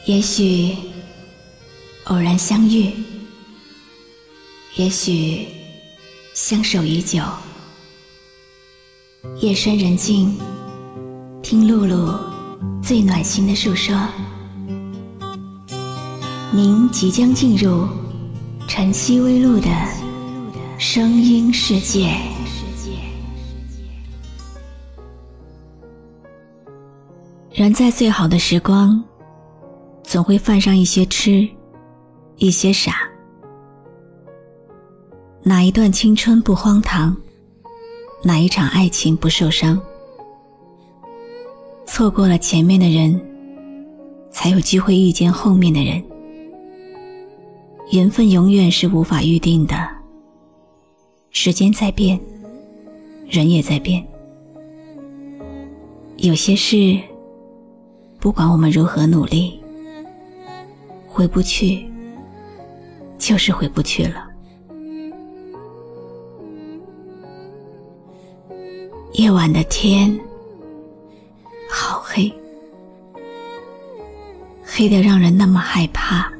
也许偶然相遇，也许相守已久。夜深人静，听露露最暖心的诉说。您即将进入晨曦微露的声音世界。人在最好的时光，总会犯上一些痴，一些傻。哪一段青春不荒唐？哪一场爱情不受伤？错过了前面的人，才有机会遇见后面的人。缘分永远是无法预定的，时间在变，人也在变。有些事，不管我们如何努力，回不去，就是回不去了。夜晚的天好黑，黑得让人那么害怕，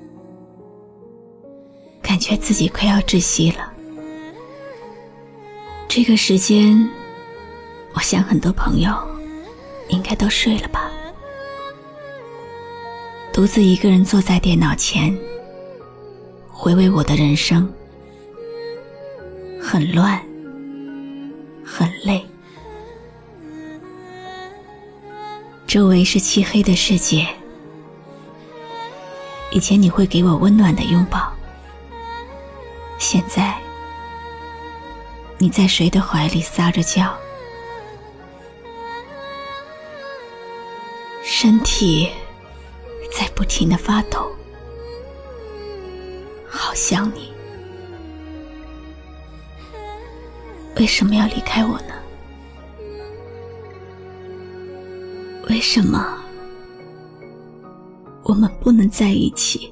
感觉自己快要窒息了。这个时间，我想很多朋友应该都睡了吧。独自一个人坐在电脑前，回味我的人生，很乱，很累。周围是漆黑的世界，以前你会给我温暖的拥抱，现在你在谁的怀里撒着娇，身体在不停地发抖，好想你。为什么要离开我呢？为什么我们不能在一起？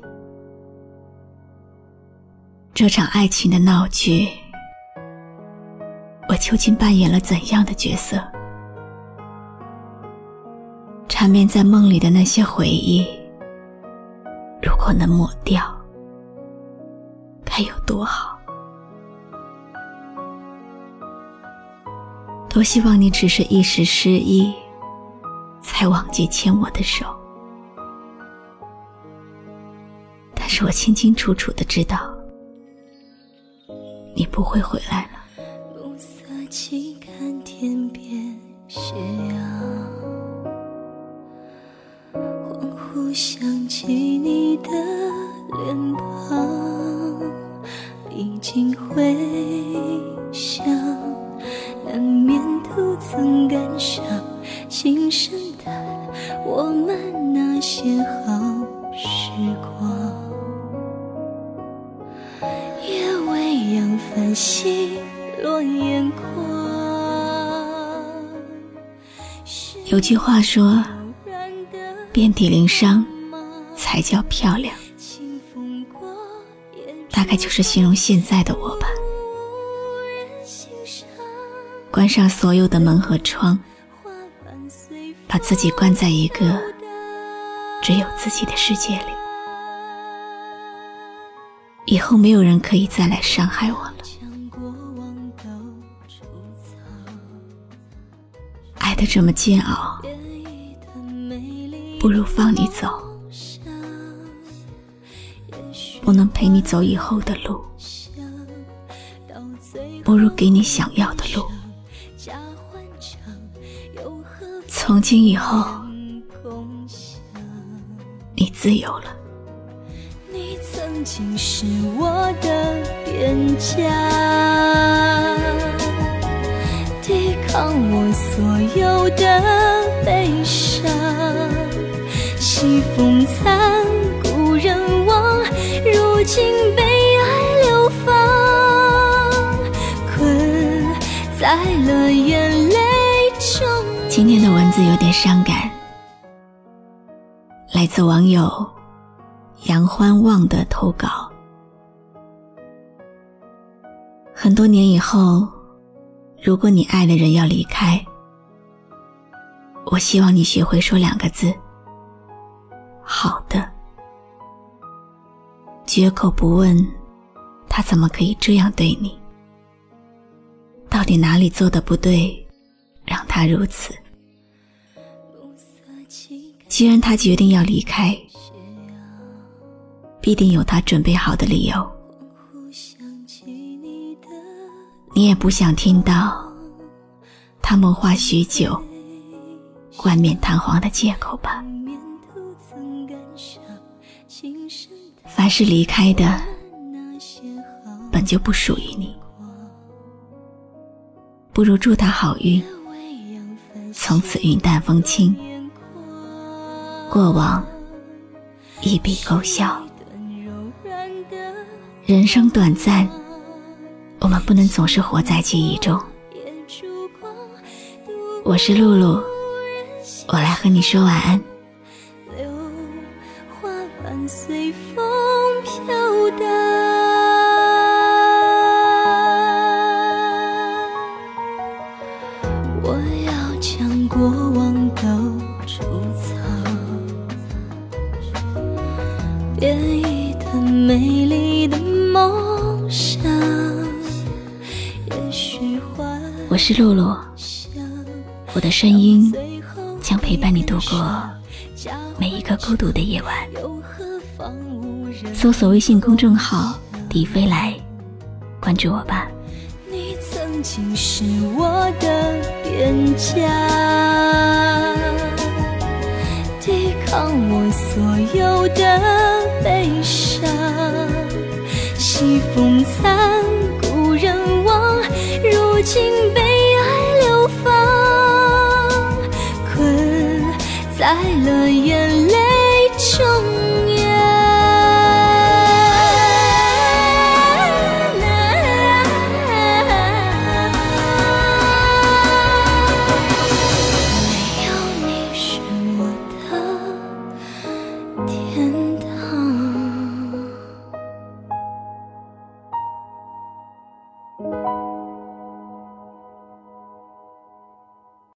这场爱情的闹剧，我究竟扮演了怎样的角色？缠绵在梦里的那些回忆，如果能抹掉，该有多好。多希望你只是一时失忆，才忘记牵我的手。但是我清清楚楚地知道，你不会回来了。 暮色起看天边斜阳，恍惚想起你的脸庞，历经回想，难免都曾感伤，轻声叹我们那些好时光。夜未央繁星落眼眶， 有句话说，遍体鳞伤才叫漂亮，大概就是形容现在的我吧。关上所有的门和窗，把自己关在一个只有自己的世界里，以后没有人可以再来伤害我了。爱得这么煎熬，不如放你走，不能陪你走以后的路，不如给你想要的路。从今以后，你自由了。 你曾经是我的边疆，抵抗我所有的悲伤。西风残，故人忘，如今被爱流放，困在了眼泪中。 今天的文字有点伤感，来自网友杨欢望的投稿。很多年以后，如果你爱的人要离开，我希望你学会说2个字：好的。 绝口不问他怎么可以这样对你，到底哪里做得不对，让他如此。既然他决定要离开，必定有他准备好的理由。你也不想听到他谋划许久冠冕堂皇的借口吧。凡是离开的本就不属于你，不如祝他好运，从此云淡风轻，过往一笔勾销。人生短暂，我们不能总是活在记忆中。我是露露，我来和你说晚安。 榴花瓣随风飘荡，我要将过往都储藏，编一段美丽的梦想。也许我是露露，我的声音将陪伴你度过每一个孤独的夜晚。搜索微信公众号迪飞来，关注我吧。 你曾经是我的边疆，抵抗我所有的悲伤。西风残，故人望，如今